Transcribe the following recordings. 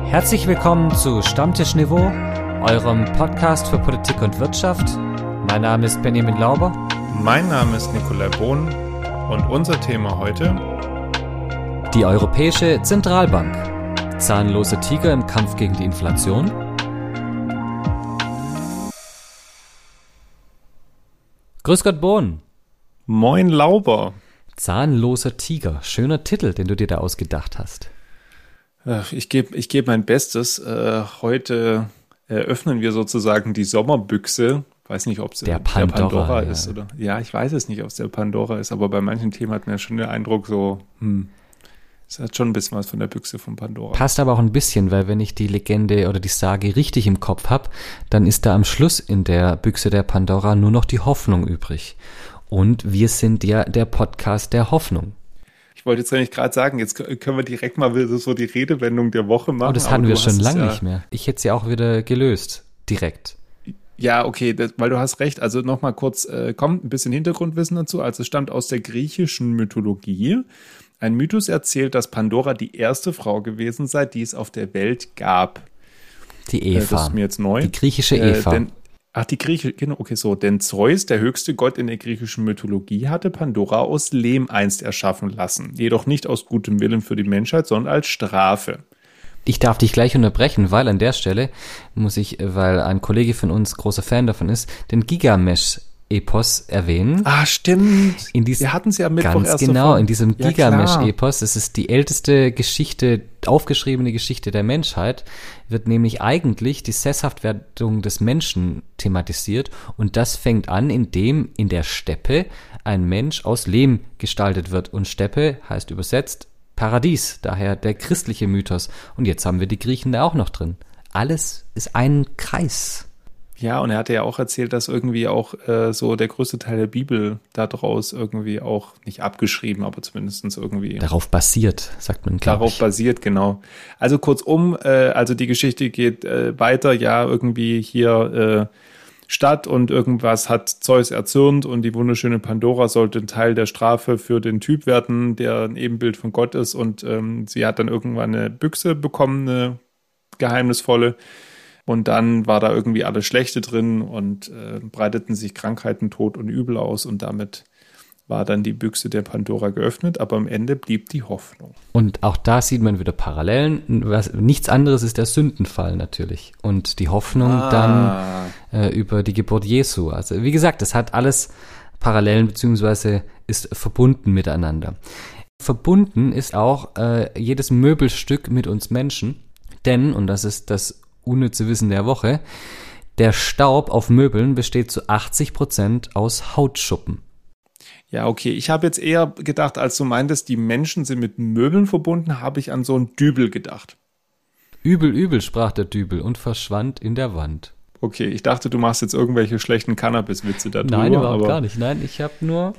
Herzlich willkommen zu Stammtisch Niveau, eurem Podcast für Politik und Wirtschaft. Mein Name ist Benjamin Lauber. Mein Name ist Nikolai Bohn und unser Thema heute: die Europäische Zentralbank. Zahnlose Tiger im Kampf gegen die Inflation. Grüß Gott, Bohn. Moin, Lauber. Zahnloser Tiger. Schöner Titel, den du dir da ausgedacht hast. Ich geb mein Bestes. Heute eröffnen wir sozusagen die Sommerbüchse. Weiß nicht, ob es der Pandora ist. Oder, ja, ich weiß es nicht, ob es der Pandora ist, aber bei manchen Themen hat man ja schon den Eindruck so, es hat schon ein bisschen was von der Büchse von Pandora. Passt aber auch ein bisschen, weil wenn ich die Legende oder die Sage richtig im Kopf habe, dann ist da am Schluss in der Büchse der Pandora nur noch die Hoffnung übrig. Und wir sind ja der Podcast der Hoffnung. Ich wollte jetzt eigentlich gerade sagen, jetzt können wir direkt mal wieder so die Redewendung der Woche machen. Oh, das hatten wir schon lange nicht mehr. Ich hätte es ja auch wieder gelöst, direkt. Ja, okay, weil du hast recht. Also nochmal kurz, ein bisschen Hintergrundwissen dazu. Also es stammt aus der griechischen Mythologie. Ein Mythos erzählt, dass Pandora die erste Frau gewesen sei, die es auf der Welt gab. Die Eva. Das ist mir jetzt neu. Die griechische Eva. Die griechische, genau, okay, so. Denn Zeus, der höchste Gott in der griechischen Mythologie, hatte Pandora aus Lehm einst erschaffen lassen. Jedoch nicht aus gutem Willen für die Menschheit, sondern als Strafe. Ich darf dich gleich unterbrechen, weil an der Stelle weil ein Kollege von uns großer Fan davon ist, den Gilgamesch-Epos erwähnen. Ah, stimmt. Wir hatten es ja am Mittwoch ganz erst genau, davon. In diesem Gilgamesch-Epos, das ist die älteste Geschichte, aufgeschriebene Geschichte der Menschheit, wird nämlich eigentlich die Sesshaftwerdung des Menschen thematisiert und das fängt an, indem in der Steppe ein Mensch aus Lehm gestaltet wird und Steppe heißt übersetzt Paradies, daher der christliche Mythos. Und jetzt haben wir die Griechen da auch noch drin. Alles ist ein Kreis. Ja, und er hatte ja auch erzählt, dass irgendwie auch so der größte Teil der Bibel daraus irgendwie auch nicht abgeschrieben, aber zumindest irgendwie darauf basiert, sagt man, glaube ich. Darauf basiert, genau. Also kurzum, also die Geschichte geht weiter, ja, irgendwie hier Stadt und irgendwas hat Zeus erzürnt und die wunderschöne Pandora sollte ein Teil der Strafe für den Typ werden, der ein Ebenbild von Gott ist und sie hat dann irgendwann eine Büchse bekommen, eine geheimnisvolle und dann war da irgendwie alles Schlechte drin und breiteten sich Krankheiten, Tod und Übel aus und damit war dann die Büchse der Pandora geöffnet, aber am Ende blieb die Hoffnung. Und auch da sieht man wieder Parallelen. Nichts anderes ist der Sündenfall natürlich. Und die Hoffnung dann über die Geburt Jesu. Also wie gesagt, das hat alles Parallelen beziehungsweise ist verbunden miteinander. Verbunden ist auch jedes Möbelstück mit uns Menschen. Denn, und das ist das unnütze Wissen der Woche, der Staub auf Möbeln besteht zu 80% aus Hautschuppen. Ja, okay. Ich habe jetzt eher gedacht, als du meintest, die Menschen sind mit Möbeln verbunden, habe ich an so einen Dübel gedacht. Übel, übel, sprach der Dübel und verschwand in der Wand. Okay, ich dachte, du machst jetzt irgendwelche schlechten Cannabis-Witze darüber. Nein, überhaupt gar nicht. Nein, ich habe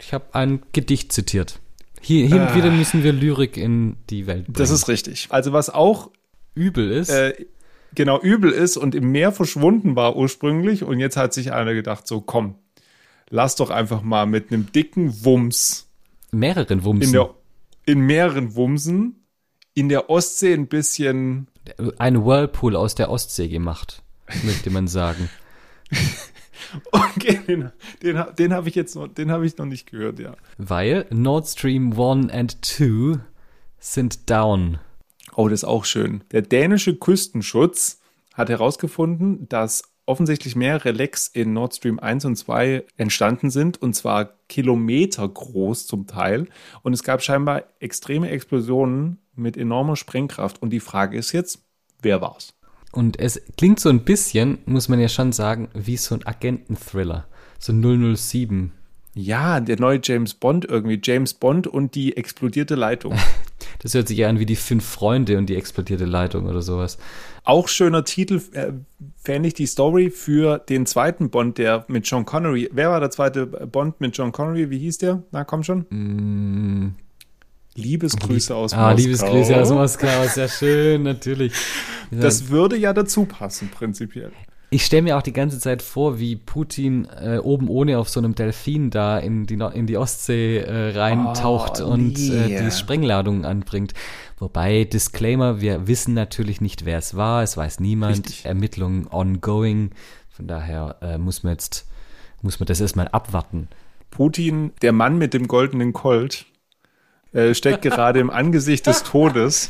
ein Gedicht zitiert. Hin und wieder müssen wir Lyrik in die Welt bringen. Das ist richtig. Also was auch übel ist. Übel ist und im Meer verschwunden war ursprünglich und jetzt hat sich einer gedacht, so komm, lass doch einfach mal mit einem dicken Wumms. Mehreren Wumsen. In mehreren Wumsen in der Ostsee ein bisschen. Ein Whirlpool aus der Ostsee gemacht, möchte man sagen. Okay, den habe ich noch nicht gehört, ja. Weil Nord Stream 1 and 2 sind down. Oh, das ist auch schön. Der dänische Küstenschutz hat herausgefunden, dass offensichtlich mehrere Lecks in Nord Stream 1 und 2 entstanden sind, und zwar Kilometer groß zum Teil. Und es gab scheinbar extreme Explosionen mit enormer Sprengkraft. Und die Frage ist jetzt, wer war's? Und es klingt so ein bisschen, muss man ja schon sagen, wie so ein Agenten-Thriller. So 007. Ja, der neue James Bond irgendwie. James Bond und die explodierte Leitung. Das hört sich ja an wie die 5 Freunde und die explodierte Leitung oder sowas. Auch schöner Titel, fände ich die Story für den zweiten Bond, der mit Sean Connery. Wer war der zweite Bond mit Sean Connery? Wie hieß der? Na, komm schon. Liebesgrüße aus Moskau. Liebesgrüße aus Moskau, sehr schön, natürlich. Das würde ja dazu passen, prinzipiell. Ich stelle mir auch die ganze Zeit vor, wie Putin oben ohne auf so einem Delfin da in die Ostsee reintaucht und die Sprengladungen anbringt. Wobei, Disclaimer, wir wissen natürlich nicht, wer es war. Es weiß niemand. Richtig. Ermittlungen ongoing. Von daher muss man das erstmal abwarten. Putin, der Mann mit dem goldenen Colt, steckt gerade im Angesicht des Todes.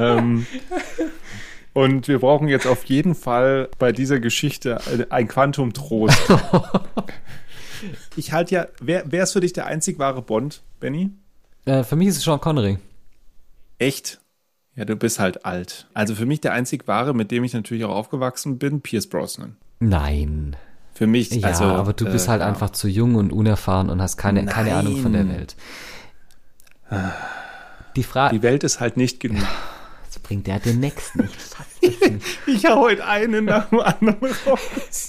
Und wir brauchen jetzt auf jeden Fall bei dieser Geschichte ein Quantum Trost. Ich halte ja, wer ist für dich der einzig wahre Bond, Benny? Für mich ist es Sean Connery. Echt? Ja, du bist halt alt. Also für mich der einzig wahre, mit dem ich natürlich auch aufgewachsen bin, Pierce Brosnan. Nein. Für mich, ja, also. Aber du bist halt einfach zu jung und unerfahren und hast keine Ahnung von der Welt. Die Welt ist halt nicht genug. Das bringt der demnächst nicht. Ich hau heute einen nach dem anderen raus.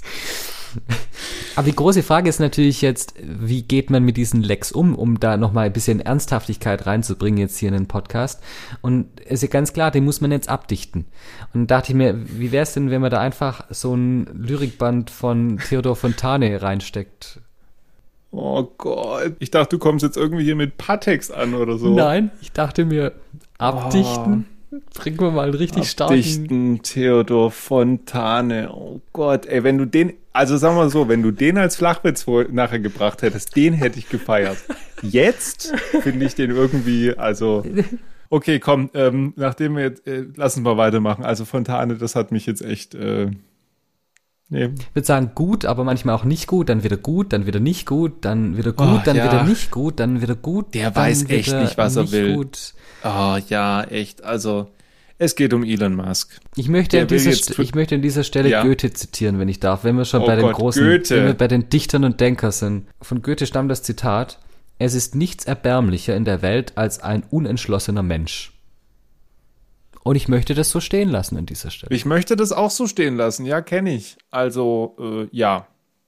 Aber die große Frage ist natürlich jetzt, wie geht man mit diesen Lecks um da nochmal ein bisschen Ernsthaftigkeit reinzubringen jetzt hier in den Podcast. Und ist ja ganz klar, den muss man jetzt abdichten. Und da dachte ich mir, wie wäre es denn, wenn man da einfach so ein Lyrikband von Theodor Fontane reinsteckt? Oh Gott, ich dachte, du kommst jetzt irgendwie hier mit Patex an oder so. Nein, ich dachte mir, abdichten. Bringen wir mal einen richtig starken. Abdichten, Theodor Fontane. Oh Gott, ey, wenn du den, also sagen wir so, wenn du den als Flachwitz nachher gebracht hättest, den hätte ich gefeiert. Jetzt finde ich den irgendwie, also, okay, komm, nachdem wir jetzt, lassen wir weitermachen. Also Fontane, das hat mich jetzt echt, nee. Ich würde sagen gut, aber manchmal auch nicht gut, dann wieder gut, dann wieder nicht gut, dann wieder gut, dann wieder nicht gut, dann wieder gut. Der weiß echt nicht, was er will. Gut. Oh ja, echt, also es geht um Elon Musk. Ich möchte an dieser Stelle Goethe zitieren, wenn ich darf, wenn wir schon bei den Dichtern und Denkern sind. Von Goethe stammt das Zitat: Es ist nichts erbärmlicher in der Welt als ein unentschlossener Mensch. Und ich möchte das so stehen lassen an dieser Stelle. Ich möchte das auch so stehen lassen, ja, kenne ich. Also, ja.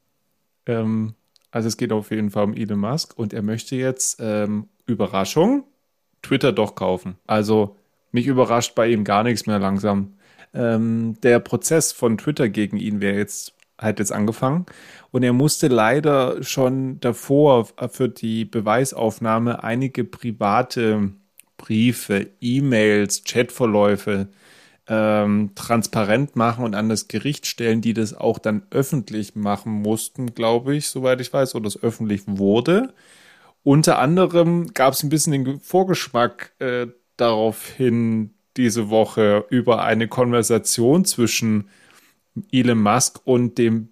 Also es geht auf jeden Fall um Elon Musk und er möchte jetzt, Überraschung, Twitter doch kaufen. Also mich überrascht bei ihm gar nichts mehr langsam. Der Prozess von Twitter gegen ihn hat jetzt angefangen und er musste leider schon davor für die Beweisaufnahme einige private Briefe, E-Mails, Chatverläufe transparent machen und an das Gericht stellen, die das auch dann öffentlich machen mussten, glaube ich, soweit ich weiß, oder es öffentlich wurde. Unter anderem gab es ein bisschen den Vorgeschmack darauf hin diese Woche über eine Konversation zwischen Elon Musk und dem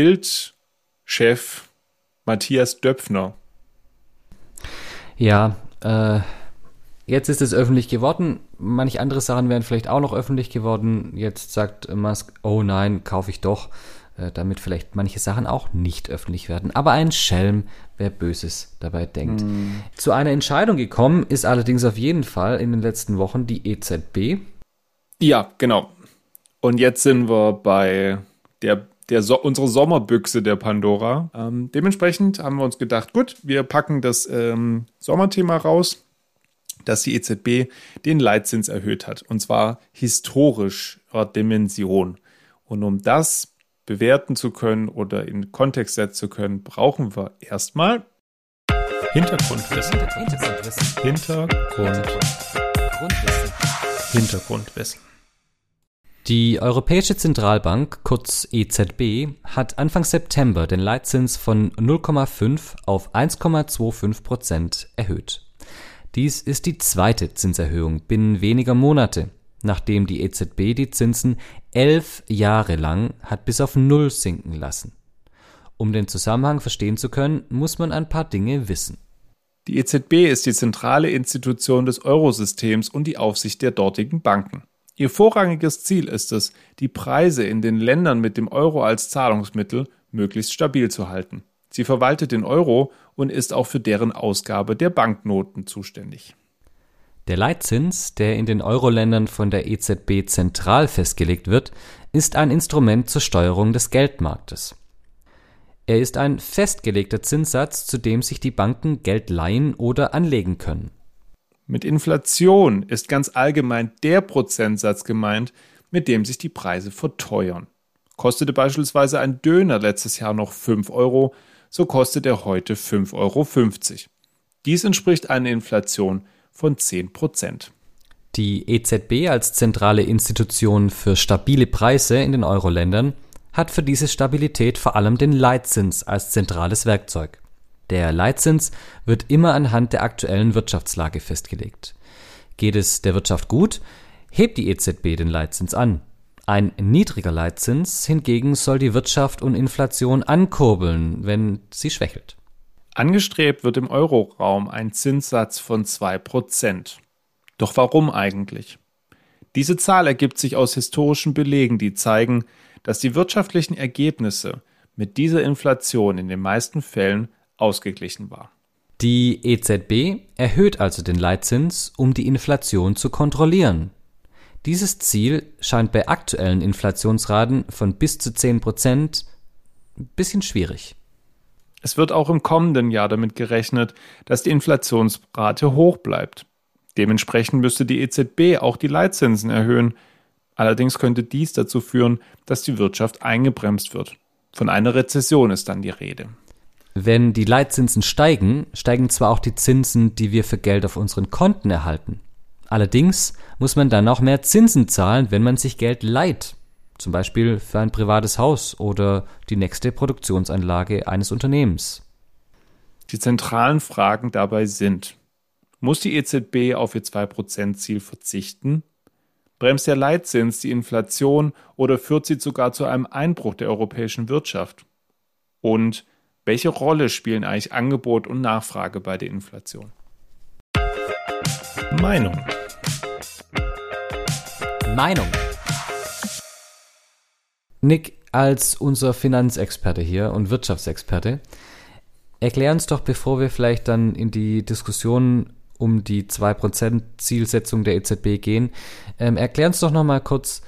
Bild-Chef Matthias Döpfner. Ja, jetzt ist es öffentlich geworden. Manche andere Sachen wären vielleicht auch noch öffentlich geworden. Jetzt sagt Musk, oh nein, kaufe ich doch. Damit vielleicht manche Sachen auch nicht öffentlich werden. Aber ein Schelm, wer Böses dabei denkt. Zu einer Entscheidung gekommen ist allerdings auf jeden Fall in den letzten Wochen die EZB. Ja, genau. Und jetzt sind wir bei unserer Sommerbüchse der Pandora. Dementsprechend haben wir uns gedacht, gut, wir packen das Sommerthema raus, dass die EZB den Leitzins erhöht hat. Und zwar historischer Dimension. Und um das bewerten zu können oder in Kontext setzen zu können, brauchen wir erstmal Hintergrundwissen. Die Europäische Zentralbank, kurz EZB, hat Anfang September den Leitzins von 0,5 auf 1,25% erhöht. Dies ist die zweite Zinserhöhung binnen weniger Monate, nachdem die EZB die Zinsen 11 Jahre lang hat bis auf Null sinken lassen. Um den Zusammenhang verstehen zu können, muss man ein paar Dinge wissen. Die EZB ist die zentrale Institution des Eurosystems und die Aufsicht der dortigen Banken. Ihr vorrangiges Ziel ist es, die Preise in den Ländern mit dem Euro als Zahlungsmittel möglichst stabil zu halten. Sie verwaltet den Euro und ist auch für deren Ausgabe der Banknoten zuständig. Der Leitzins, der in den Euro-Ländern von der EZB zentral festgelegt wird, ist ein Instrument zur Steuerung des Geldmarktes. Er ist ein festgelegter Zinssatz, zu dem sich die Banken Geld leihen oder anlegen können. Mit Inflation ist ganz allgemein der Prozentsatz gemeint, mit dem sich die Preise verteuern. Kostete beispielsweise ein Döner letztes Jahr noch 5 Euro, so kostet er heute 5,50 Euro. Dies entspricht einer Inflation von 10%. Die EZB als zentrale Institution für stabile Preise in den Euro-Ländern hat für diese Stabilität vor allem den Leitzins als zentrales Werkzeug. Der Leitzins wird immer anhand der aktuellen Wirtschaftslage festgelegt. Geht es der Wirtschaft gut, hebt die EZB den Leitzins an. Ein niedriger Leitzins hingegen soll die Wirtschaft und Inflation ankurbeln, wenn sie schwächelt. Angestrebt wird im Euroraum ein Zinssatz von 2%. Doch warum eigentlich? Diese Zahl ergibt sich aus historischen Belegen, die zeigen, dass die wirtschaftlichen Ergebnisse mit dieser Inflation in den meisten Fällen ausgeglichen waren. Die EZB erhöht also den Leitzins, um die Inflation zu kontrollieren. Dieses Ziel scheint bei aktuellen Inflationsraten von bis zu 10% ein bisschen schwierig. Es wird auch im kommenden Jahr damit gerechnet, dass die Inflationsrate hoch bleibt. Dementsprechend müsste die EZB auch die Leitzinsen erhöhen. Allerdings könnte dies dazu führen, dass die Wirtschaft eingebremst wird. Von einer Rezession ist dann die Rede. Wenn die Leitzinsen steigen, steigen zwar auch die Zinsen, die wir für Geld auf unseren Konten erhalten. Allerdings muss man dann auch mehr Zinsen zahlen, wenn man sich Geld leiht. Zum Beispiel für ein privates Haus oder die nächste Produktionsanlage eines Unternehmens. Die zentralen Fragen dabei sind: Muss die EZB auf ihr 2%-Ziel verzichten? Bremst der Leitzins die Inflation oder führt sie sogar zu einem Einbruch der europäischen Wirtschaft? Und welche Rolle spielen eigentlich Angebot und Nachfrage bei der Inflation? Meinung. Nick, als unser Finanzexperte hier und Wirtschaftsexperte, erklär uns doch, bevor wir vielleicht dann in die Diskussion um die 2% Zielsetzung der EZB gehen, erklär uns doch nochmal kurz,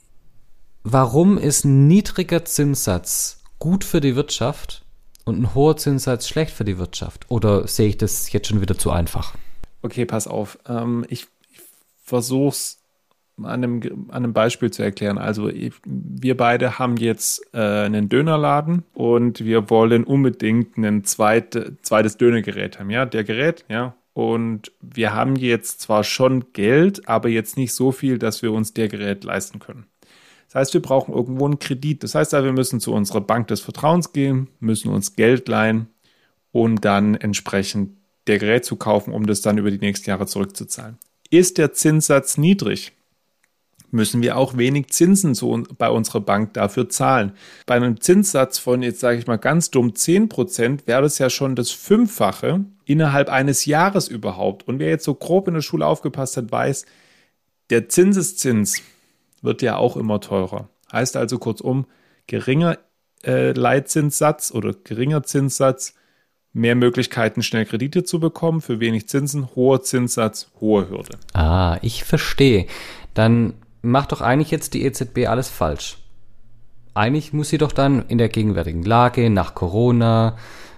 warum ist ein niedriger Zinssatz gut für die Wirtschaft und ein hoher Zinssatz schlecht für die Wirtschaft? Oder sehe ich das jetzt schon wieder zu einfach? Okay, pass auf. Ich versuche es an einem Beispiel zu erklären. Also wir beide haben jetzt einen Dönerladen und wir wollen unbedingt ein zweites Dönergerät haben. Ja, der Gerät, ja. Und wir haben jetzt zwar schon Geld, aber jetzt nicht so viel, dass wir uns der Gerät leisten können. Das heißt, wir brauchen irgendwo einen Kredit. Das heißt, wir müssen zu unserer Bank des Vertrauens gehen, müssen uns Geld leihen, um dann entsprechend der Gerät zu kaufen, um das dann über die nächsten Jahre zurückzuzahlen. Ist der Zinssatz niedrig, müssen wir auch wenig Zinsen bei unserer Bank dafür zahlen. Bei einem Zinssatz von, jetzt sage ich mal ganz dumm, 10% wäre das ja schon das Fünffache innerhalb eines Jahres überhaupt. Und wer jetzt so grob in der Schule aufgepasst hat, weiß, der Zinseszins wird ja auch immer teurer. Heißt also kurzum, geringer Leitzinssatz oder geringer Zinssatz, mehr Möglichkeiten, schnell Kredite zu bekommen, für wenig Zinsen, hoher Zinssatz, hohe Hürde. Ah, ich verstehe. Dann macht doch eigentlich jetzt die EZB alles falsch. Eigentlich muss sie doch dann in der gegenwärtigen Lage, nach Corona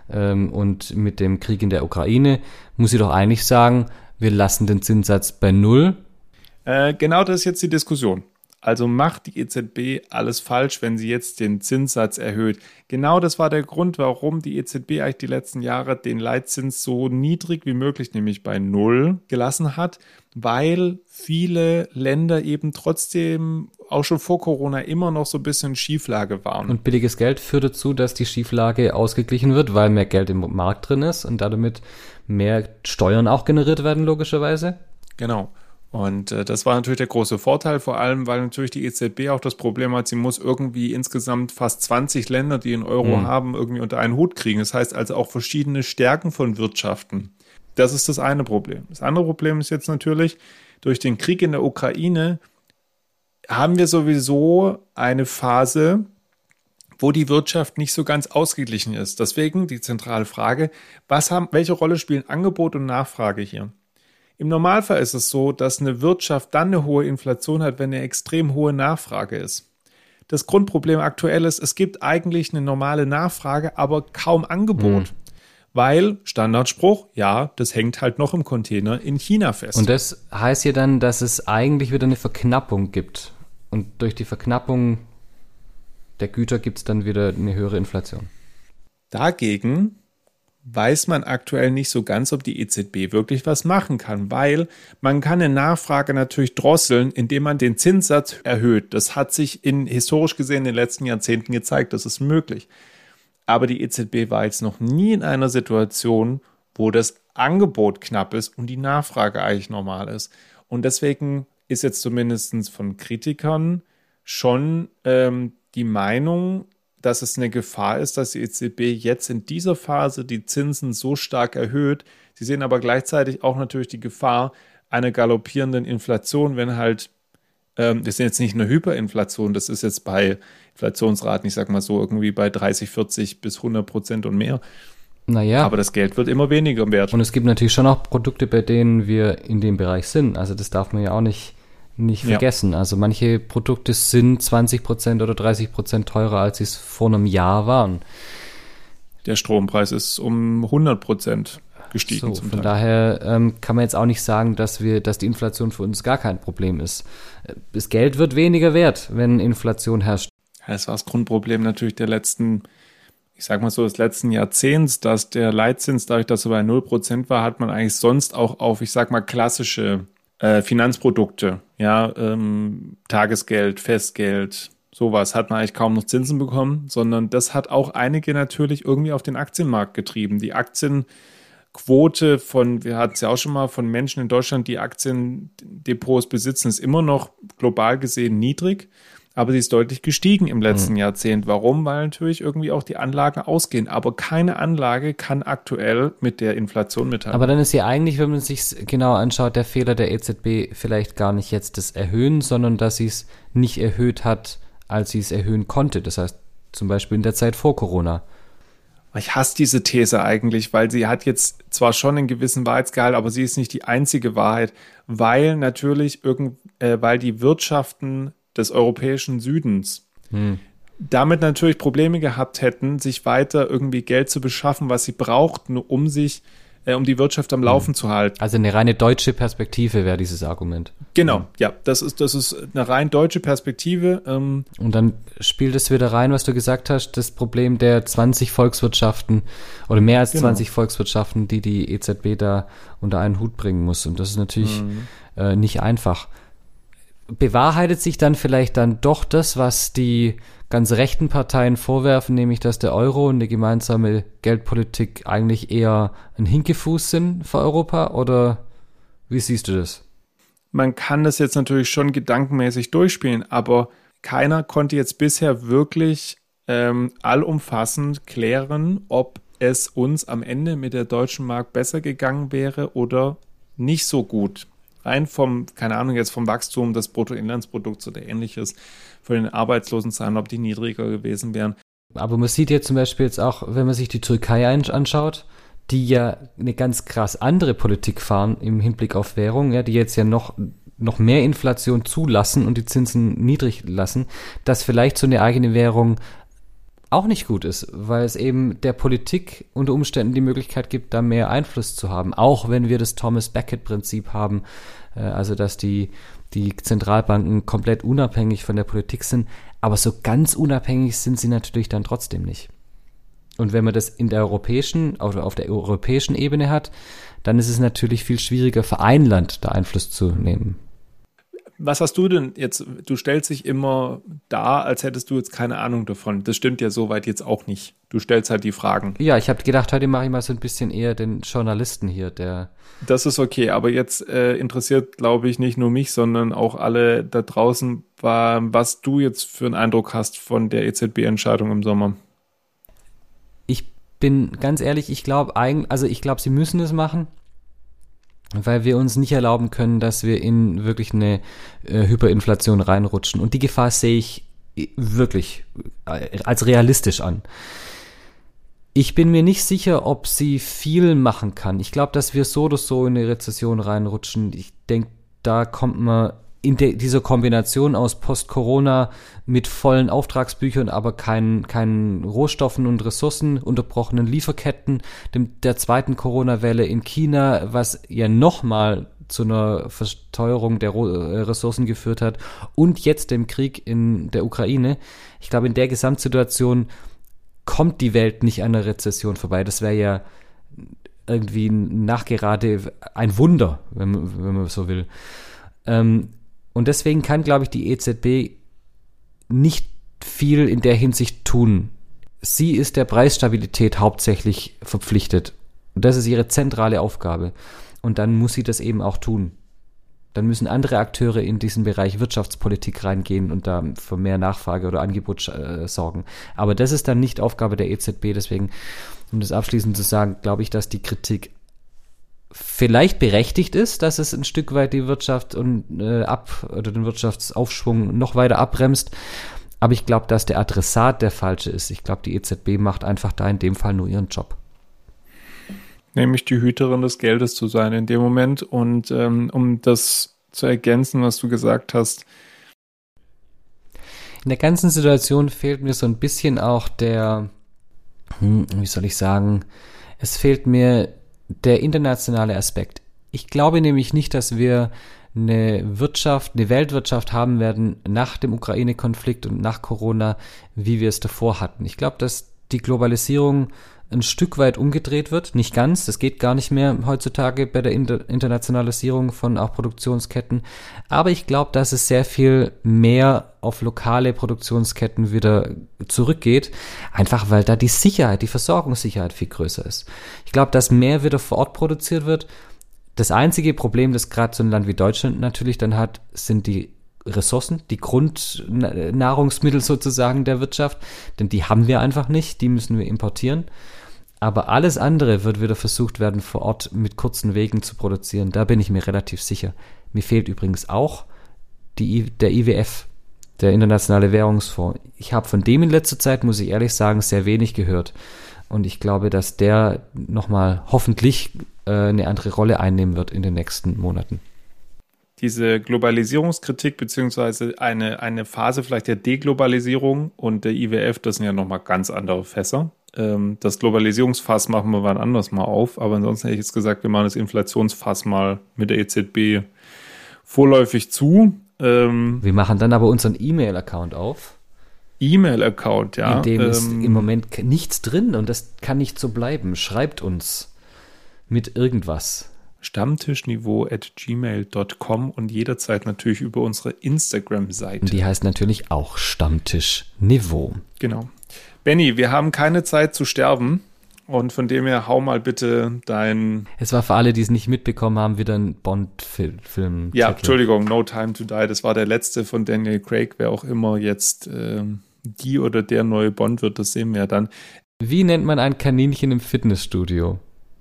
und mit dem Krieg in der Ukraine, muss sie doch eigentlich sagen, wir lassen den Zinssatz bei 0. Genau das ist jetzt die Diskussion. Also macht die EZB alles falsch, wenn sie jetzt den Zinssatz erhöht. Genau das war der Grund, warum die EZB eigentlich die letzten Jahre den Leitzins so niedrig wie möglich, nämlich bei 0, gelassen hat, weil viele Länder eben trotzdem auch schon vor Corona immer noch so ein bisschen in Schieflage waren. Und billiges Geld führt dazu, dass die Schieflage ausgeglichen wird, weil mehr Geld im Markt drin ist und damit mehr Steuern auch generiert werden, logischerweise. Genau. Und das war natürlich der große Vorteil, vor allem, weil natürlich die EZB auch das Problem hat, sie muss irgendwie insgesamt fast 20 Länder, die einen Euro haben, irgendwie unter einen Hut kriegen. Das heißt also auch verschiedene Stärken von Wirtschaften. Das ist das eine Problem. Das andere Problem ist jetzt natürlich, durch den Krieg in der Ukraine haben wir sowieso eine Phase, wo die Wirtschaft nicht so ganz ausgeglichen ist. Deswegen die zentrale Frage, welche Rolle spielen Angebot und Nachfrage hier? Im Normalfall ist es so, dass eine Wirtschaft dann eine hohe Inflation hat, wenn eine extrem hohe Nachfrage ist. Das Grundproblem aktuell ist, es gibt eigentlich eine normale Nachfrage, aber kaum Angebot. Weil, Standardspruch, ja, das hängt halt noch im Container in China fest. Und das heißt ja dann, dass es eigentlich wieder eine Verknappung gibt. Und durch die Verknappung der Güter gibt es dann wieder eine höhere Inflation. Dagegen weiß man aktuell nicht so ganz, ob die EZB wirklich was machen kann, weil man kann eine Nachfrage natürlich drosseln, indem man den Zinssatz erhöht. Das hat sich historisch gesehen in den letzten Jahrzehnten gezeigt, das ist möglich. Aber die EZB war jetzt noch nie in einer Situation, wo das Angebot knapp ist und die Nachfrage eigentlich normal ist. Und deswegen ist jetzt zumindest von Kritikern schon die Meinung, dass es eine Gefahr ist, dass die EZB jetzt in dieser Phase die Zinsen so stark erhöht. Sie sehen aber gleichzeitig auch natürlich die Gefahr einer galoppierenden Inflation, wenn halt, das ist jetzt nicht eine Hyperinflation, das ist jetzt bei Inflationsraten, ich sag mal so, irgendwie bei 30, 40 bis 100% und mehr. Naja. Aber das Geld wird immer weniger wert. Und es gibt natürlich schon auch Produkte, bei denen wir in dem Bereich sind. Also das darf man ja auch nicht vergessen. Ja. Also manche Produkte sind 20% oder 30% teurer, als sie es vor einem Jahr waren. Der Strompreis ist um 100% gestiegen. So, von daher kann man jetzt auch nicht sagen, dass die Inflation für uns gar kein Problem ist. Das Geld wird weniger wert, wenn Inflation herrscht. Ja, das war das Grundproblem natürlich des letzten Jahrzehnts, dass der Leitzins, dadurch, dass er bei 0% war, hat man eigentlich sonst auch auf, ich sag mal, klassische Finanzprodukte, ja, Tagesgeld, Festgeld, sowas, hat man eigentlich kaum noch Zinsen bekommen, sondern das hat auch einige natürlich irgendwie auf den Aktienmarkt getrieben. Die Aktienquote wir hatten es ja auch schon mal, von Menschen in Deutschland, die Aktiendepots besitzen, ist immer noch global gesehen niedrig, aber sie ist deutlich gestiegen im letzten Jahrzehnt. Warum? Weil natürlich irgendwie auch die Anlagen ausgehen. Aber keine Anlage kann aktuell mit der Inflation mithalten. Aber dann ist ja eigentlich, wenn man sich genau anschaut, der Fehler der EZB vielleicht gar nicht jetzt das Erhöhen, sondern dass sie es nicht erhöht hat, als sie es erhöhen konnte. Das heißt zum Beispiel in der Zeit vor Corona. Ich hasse diese These eigentlich, weil sie hat jetzt zwar schon einen gewissen Wahrheitsgehalt, aber sie ist nicht die einzige Wahrheit, weil natürlich weil die Wirtschaften des europäischen Südens damit natürlich Probleme gehabt hätten, sich weiter irgendwie Geld zu beschaffen, was sie brauchten, um die Wirtschaft am Laufen zu halten. Also eine reine deutsche Perspektive wäre dieses Argument. Genau, ja, das ist eine rein deutsche Perspektive. Und dann spielt es wieder rein, was du gesagt hast, das Problem der 20 Volkswirtschaften oder mehr als 20 Volkswirtschaften, die EZB da unter einen Hut bringen muss. Und das ist natürlich nicht einfach. Bewahrheitet sich dann vielleicht dann doch das, was die ganz rechten Parteien vorwerfen, nämlich dass der Euro und die gemeinsame Geldpolitik eigentlich eher ein Hinkefuß sind für Europa? Oder wie siehst du das? Man kann das jetzt natürlich schon gedankenmäßig durchspielen, aber keiner konnte jetzt bisher wirklich allumfassend klären, ob es uns am Ende mit der deutschen Mark besser gegangen wäre oder nicht so gut. Rein vom Wachstum des Bruttoinlandsprodukts oder ähnliches, von den Arbeitslosenzahlen, ob die niedriger gewesen wären. Aber man sieht ja zum Beispiel jetzt auch, wenn man sich die Türkei anschaut, die ja eine ganz krass andere Politik fahren im Hinblick auf Währung, ja, die jetzt ja noch mehr Inflation zulassen und die Zinsen niedrig lassen, dass vielleicht so eine eigene Währung auch nicht gut ist, weil es eben der Politik unter Umständen die Möglichkeit gibt, da mehr Einfluss zu haben, auch wenn wir das Thomas-Becket-Prinzip haben, also dass die Zentralbanken komplett unabhängig von der Politik sind, aber so ganz unabhängig sind sie natürlich dann trotzdem nicht. Und wenn man das auf der europäischen Ebene hat, dann ist es natürlich viel schwieriger für ein Land da Einfluss zu nehmen. Was hast du denn jetzt? Du stellst dich immer dar, als hättest du jetzt keine Ahnung davon. Das stimmt ja soweit jetzt auch nicht. Du stellst halt die Fragen. Ja, ich habe gedacht, heute mache ich mal so ein bisschen eher den Journalisten hier, Das ist okay, aber jetzt interessiert, glaube ich, nicht nur mich, sondern auch alle da draußen, was du jetzt für einen Eindruck hast von der EZB-Entscheidung im Sommer. Ich bin ganz ehrlich, ich glaube, sie müssen es machen, weil wir uns nicht erlauben können, dass wir in wirklich eine Hyperinflation reinrutschen. Und die Gefahr sehe ich wirklich als realistisch an. Ich bin mir nicht sicher, ob sie viel machen kann. Ich glaube, dass wir so oder so in eine Rezession reinrutschen. Ich denke, da kommt man in dieser Kombination aus Post-Corona mit vollen Auftragsbüchern, aber keinen Rohstoffen und Ressourcen, unterbrochenen Lieferketten, der zweiten Corona-Welle in China, was ja nochmal zu einer Verteuerung der Ressourcen geführt hat und jetzt dem Krieg in der Ukraine. Ich glaube, in der Gesamtsituation kommt die Welt nicht an einer Rezession vorbei. Das wäre ja irgendwie nachgerade ein Wunder, wenn man so will. Und deswegen kann, glaube ich, die EZB nicht viel in der Hinsicht tun. Sie ist der Preisstabilität hauptsächlich verpflichtet. Und das ist ihre zentrale Aufgabe. Und dann muss sie das eben auch tun. Dann müssen andere Akteure in diesen Bereich Wirtschaftspolitik reingehen und da für mehr Nachfrage oder Angebot sorgen. Aber das ist dann nicht Aufgabe der EZB. Deswegen, um das abschließend zu sagen, glaube ich, dass die Kritik vielleicht berechtigt ist, dass es ein Stück weit die Wirtschaft und den Wirtschaftsaufschwung noch weiter abbremst. Aber ich glaube, dass der Adressat der falsche ist. Ich glaube, die EZB macht einfach da in dem Fall nur ihren Job. Nämlich die Hüterin des Geldes zu sein in dem Moment. Und um das zu ergänzen, was du gesagt hast. In der ganzen Situation fehlt mir so ein bisschen auch wie soll ich sagen, es fehlt mir der internationale Aspekt. Ich glaube nämlich nicht, dass wir eine Weltwirtschaft haben werden nach dem Ukraine-Konflikt und nach Corona, wie wir es davor hatten. Ich glaube, dass die Globalisierung ein Stück weit umgedreht wird. Nicht ganz, das geht gar nicht mehr heutzutage bei der Internationalisierung von auch Produktionsketten. Aber ich glaube, dass es sehr viel mehr auf lokale Produktionsketten wieder zurückgeht. Einfach weil da die Sicherheit, die Versorgungssicherheit viel größer ist. Ich glaube, dass mehr wieder vor Ort produziert wird. Das einzige Problem, das gerade so ein Land wie Deutschland natürlich dann hat, sind die Ressourcen, die Grundnahrungsmittel sozusagen der Wirtschaft, denn die haben wir einfach nicht, die müssen wir importieren. Aber alles andere wird wieder versucht werden, vor Ort mit kurzen Wegen zu produzieren. Da bin ich mir relativ sicher. Mir fehlt übrigens auch der IWF, der Internationale Währungsfonds. Ich habe von dem in letzter Zeit, muss ich ehrlich sagen, sehr wenig gehört. Und ich glaube, dass der nochmal hoffentlich eine andere Rolle einnehmen wird in den nächsten Monaten. Diese Globalisierungskritik beziehungsweise eine Phase vielleicht der Deglobalisierung und der IWF, das sind ja nochmal ganz andere Fässer. Das Globalisierungsfass machen wir wann anders mal auf, aber ansonsten hätte ich jetzt gesagt, wir machen das Inflationsfass mal mit der EZB vorläufig zu. Wir machen dann aber unseren E-Mail-Account auf. E-Mail-Account, ja. In dem ist im Moment nichts drin und das kann nicht so bleiben. Schreibt uns mit irgendwas. Stammtischniveau@gmail.com und jederzeit natürlich über unsere Instagram-Seite. Und die heißt natürlich auch Stammtischniveau. Genau. Benni, wir haben keine Zeit zu sterben und von dem her hau mal bitte dein... Es war für alle, die es nicht mitbekommen haben, wieder ein Bond-Film. Ja, Entschuldigung, No Time to Die, das war der letzte von Daniel Craig, wer auch immer jetzt die oder der neue Bond wird, das sehen wir ja dann. Wie nennt man ein Kaninchen im Fitnessstudio?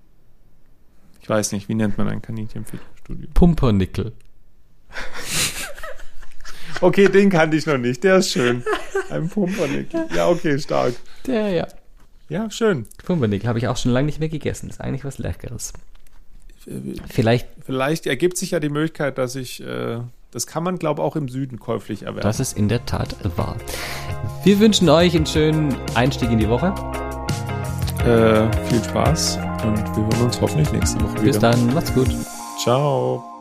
Ich weiß nicht, wie nennt man ein Kaninchen im Fitnessstudio? Pumpernickel. Okay, den kannte ich noch nicht, der ist schön. Ein Pumpernickel. Ja, okay, stark. Der, ja. Ja, schön. Pumpernickel habe ich auch schon lange nicht mehr gegessen. Ist eigentlich was Leckeres. Vielleicht ergibt sich ja die Möglichkeit, dass das kann man, glaube ich, auch im Süden käuflich erwerben. Das ist in der Tat wahr. Wir wünschen euch einen schönen Einstieg in die Woche. Viel Spaß und wir hören uns hoffentlich nächste Woche wieder. Bis dann, macht's gut. Ciao.